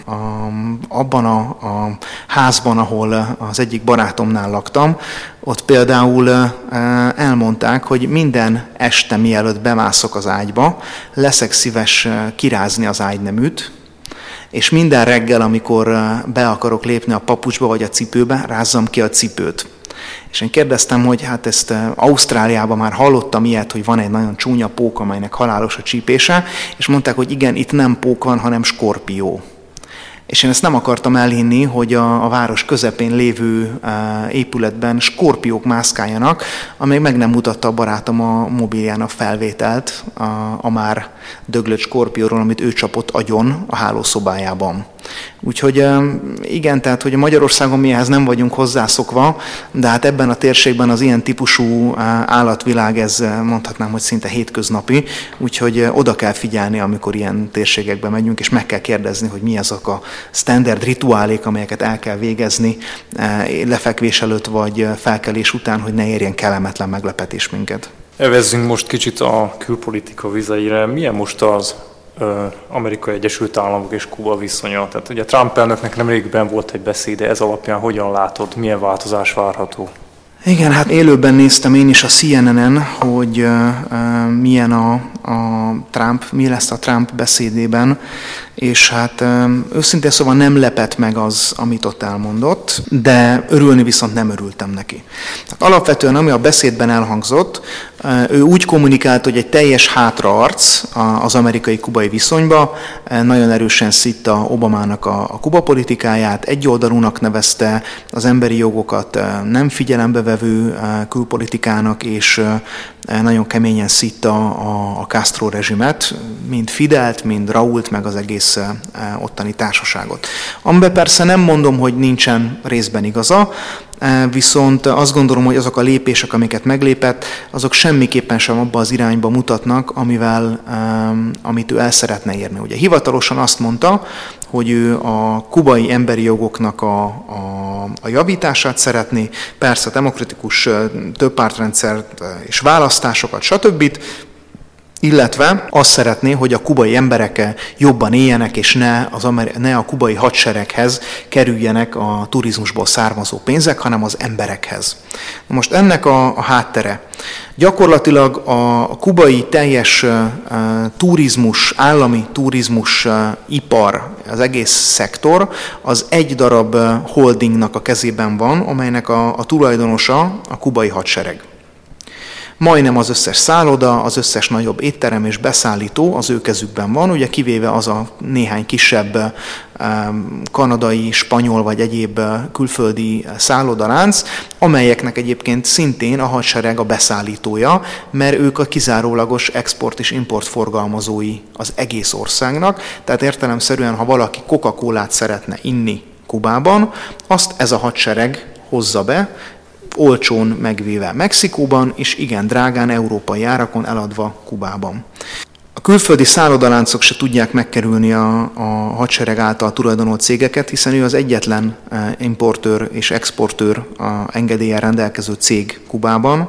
abban a, a házban, ahol az egyik barátomnál laktam, ott például elmondták, hogy minden este, mielőtt bemászok az ágyba, leszek szíves kirázni az ágyneműt, és minden reggel, amikor be akarok lépni a papucsba vagy a cipőbe, rázzam ki a cipőt. És én kérdeztem, hogy hát ezt Ausztráliában már hallottam ilyet, hogy van egy nagyon csúnya pók, amelynek halálos a csípése, és mondták, hogy igen, itt nem pók van, hanem skorpió. És én ezt nem akartam elhinni, hogy a, a város közepén lévő uh, épületben skorpiók mászkáljanak, amely meg nem mutatta a barátom a mobiljának felvételt a, a már döglött skorpióról, amit ő csapott agyon a hálószobájában. Úgyhogy igen, tehát hogy Magyarországon mi ehhez nem vagyunk hozzászokva, de hát ebben a térségben az ilyen típusú állatvilág, ez mondhatnám, hogy szinte hétköznapi, úgyhogy oda kell figyelni, amikor ilyen térségekbe megyünk, és meg kell kérdezni, hogy mi azok a standard rituálék, amelyeket el kell végezni lefekvés előtt vagy felkelés után, hogy ne érjen kellemetlen meglepetés minket. Evezzünk most kicsit a külpolitika vizeire. Milyen most az Amerikai Egyesült Államok és Kuba viszonya? Tehát ugye Trump elnöknek nemrégben volt egy beszéde, ez alapján hogyan látod, milyen változás várható? Igen, hát élőben néztem én is a C N N-en, hogy uh, milyen a, a Trump, mi lesz a Trump beszédében, és hát um, őszintén szóval nem lepett meg az, amit ott elmondott, de örülni viszont nem örültem neki. Tehát alapvetően, ami a beszédben elhangzott, uh, ő úgy kommunikált, hogy egy teljes hátraarc az amerikai-kubai viszonyba, uh, nagyon erősen szitta Obamának a, a Kuba politikáját, egyoldalúnak nevezte, az emberi jogokat uh, nem figyelembe vevő uh, külpolitikának, és uh, nagyon keményen szitta a, a Castro rezsimet, mind Fidelt, mind Rault, meg az egész ottani társaságot. Amiben persze nem mondom, hogy nincsen részben igaza, viszont azt gondolom, hogy azok a lépések, amiket meglépett, azok semmiképpen sem abba az irányba mutatnak, amivel, amit ő el szeretne érni. Ugye hivatalosan azt mondta, hogy ő a kubai emberi jogoknak a, a, a javítását szeretné, persze demokratikus többpártrendszert és választásokat, stb., illetve azt szeretné, hogy a kubai emberek jobban éljenek, és ne, az Ameri- ne a kubai hadsereghez kerüljenek a turizmusból származó pénzek, hanem az emberekhez. Most ennek a, a háttere. Gyakorlatilag a, a kubai teljes uh, turizmus, állami turizmus uh, ipar, az egész szektor, az egy darab uh, holdingnak a kezében van, amelynek a, a tulajdonosa a kubai hadsereg. Majdnem az összes szálloda, az összes nagyobb étterem és beszállító az ő kezükben van, ugye kivéve az a néhány kisebb kanadai, spanyol vagy egyéb külföldi szállodalánc, amelyeknek egyébként szintén a hadsereg a beszállítója, mert ők a kizárólagos export és import forgalmazói az egész országnak, tehát értelemszerűen, ha valaki Coca-Colát szeretne inni Kubában, azt ez a hadsereg hozza be, olcsón megvéve Mexikóban, és igen drágán európai árakon eladva Kubában. A külföldi szállodaláncok se tudják megkerülni a, a hadsereg által tulajdonolt cégeket, hiszen ő az egyetlen importőr és exportőr a engedéllyel rendelkező cég Kubában,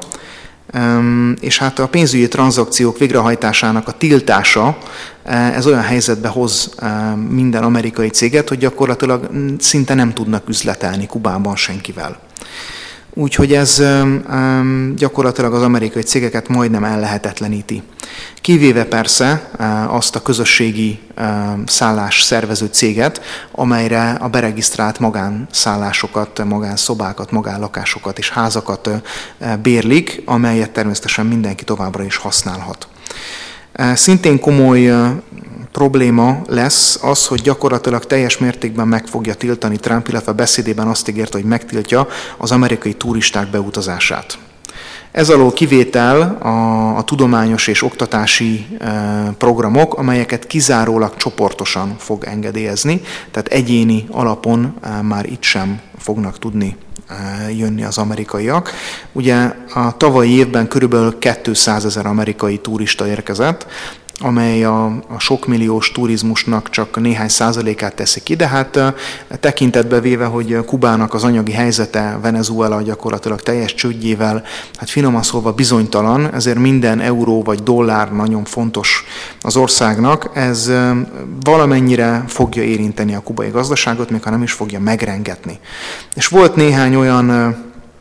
és hát a pénzügyi tranzakciók végrehajtásának a tiltása, ez olyan helyzetbe hoz minden amerikai céget, hogy gyakorlatilag szinte nem tudnak üzletelni Kubában senkivel. Úgyhogy ez gyakorlatilag az amerikai cégeket majdnem ellehetetleníti. Kivéve persze azt a közösségi szállás szervező céget, amelyre a beregisztrált magánszállásokat, magánszobákat, magánlakásokat és házakat bérlik, amelyet természetesen mindenki továbbra is használhat. Szintén komoly probléma lesz az, hogy gyakorlatilag teljes mértékben meg fogja tiltani Trump, illetve beszédében azt ígérte, hogy megtiltja az amerikai turisták beutazását. Ez alól kivétel a, a tudományos és oktatási e, programok, amelyeket kizárólag csoportosan fog engedélyezni, tehát egyéni alapon e, már itt sem fognak tudni e, jönni az amerikaiak. Ugye a tavalyi évben körülbelül kétszázezer amerikai turista érkezett, amely a, a sokmilliós turizmusnak csak néhány százalékát teszi ki, de hát tekintetbe véve, hogy Kubának az anyagi helyzete Venezuela gyakorlatilag teljes csődjével, hát finoman szólva bizonytalan, ezért minden euró vagy dollár nagyon fontos az országnak, ez valamennyire fogja érinteni a kubai gazdaságot, még ha nem is fogja megrengetni. És volt néhány olyan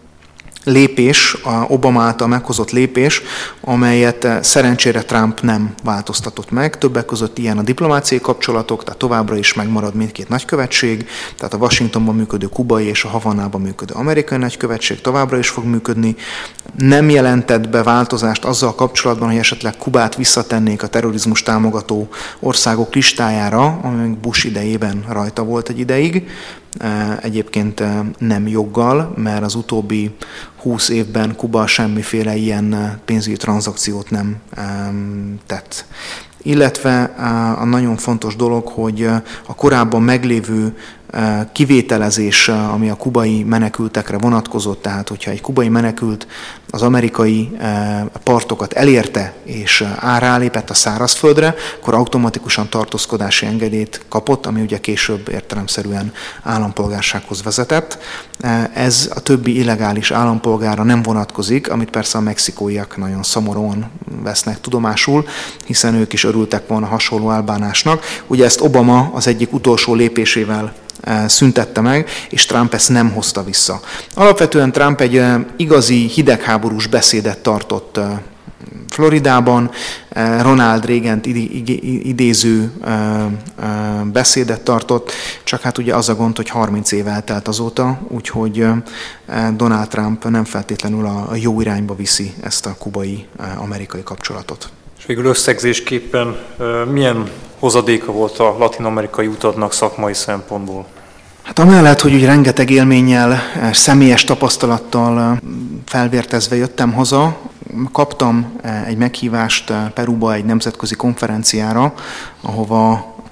lépés, a Obama által meghozott lépés, amelyet szerencsére Trump nem változtatott meg. Többek között ilyen a diplomáciai kapcsolatok, tehát továbbra is megmarad mindkét nagykövetség, tehát a Washingtonban működő kubai és a Havannában működő amerikai nagykövetség továbbra is fog működni. Nem jelentett be változást azzal kapcsolatban, hogy esetleg Kubát visszatennék a terrorizmus támogató országok listájára, ami Bush idejében rajta volt egy ideig. Egyébként nem joggal, mert az utóbbi húsz évben Kuba semmiféle ilyen pénzügyi tranzakciót nem tett. Illetve a nagyon fontos dolog, hogy a korábban meglévő kivételezés, ami a kubai menekültekre vonatkozott, tehát hogyha egy kubai menekült az amerikai partokat elérte és árálépett a szárazföldre, akkor automatikusan tartózkodási engedélyt kapott, ami ugye később értelemszerűen állampolgársághoz vezetett. Ez a többi illegális állampolgárra nem vonatkozik, amit persze a mexikóiak nagyon szomorúan vesznek tudomásul, hiszen ők is örültek volna hasonló elbánásnak. Ugye ezt Obama az egyik utolsó lépésével szüntette meg, és Trump ezt nem hozta vissza. Alapvetően Trump egy igazi hidegháborús beszédet tartott Floridában, Ronald Reagant idéző beszédet tartott, csak hát ugye az a gond, hogy harminc év eltelt azóta, úgyhogy Donald Trump nem feltétlenül a jó irányba viszi ezt a kubai-amerikai kapcsolatot. És végül összegzésképpen milyen hozadéka volt a latin-amerikai utadnak szakmai szempontból? Hát amellett, hogy úgy rengeteg élménnyel, személyes tapasztalattal felvértezve jöttem haza, kaptam egy meghívást Peruba egy nemzetközi konferenciára, ahova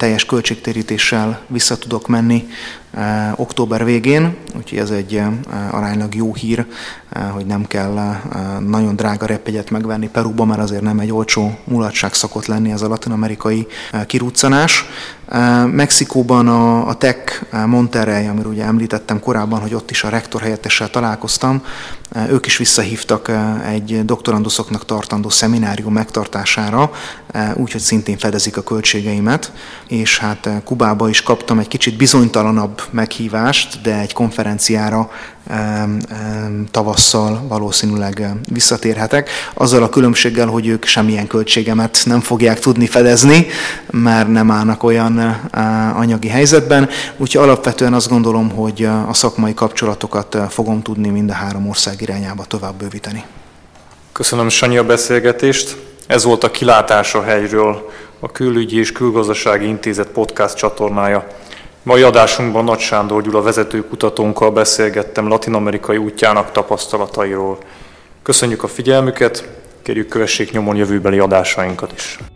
teljes költségtérítéssel vissza tudok menni október végén, úgyhogy ez egy aránylag jó hír, hogy nem kell nagyon drága repjegyet megvenni Peruba, mert azért nem egy olcsó mulatság szokott lenni ez a latin-amerikai kiruccanás. Mexikóban a, a Tech Monterrey, amiről ugye említettem korábban, hogy ott is a rektor helyettessel találkoztam, ők is visszahívtak egy doktoranduszoknak tartandó szeminárium megtartására, úgyhogy szintén fedezik a költségeimet, és hát Kubába is kaptam egy kicsit bizonytalanabb meghívást, de egy konferenciára tavasszal valószínűleg visszatérhetek. Azzal a különbséggel, hogy ők semmilyen költségemet nem fogják tudni fedezni, mert nem állnak olyan anyagi helyzetben. Úgyhogy alapvetően azt gondolom, hogy a szakmai kapcsolatokat fogom tudni mind a három ország irányába tovább bővíteni. Köszönöm, Sanyi, a beszélgetést. Ez volt a Kilátás a hegyről, a Külügyi és Külgazdasági Intézet podcast csatornája. Mai adásunkban Nagy Sándor Gyula vezetőkutatónkkal beszélgettem latin-amerikai útjának tapasztalatairól. Köszönjük a figyelmüket, kérjük kövessék nyomon jövőbeli adásainkat is.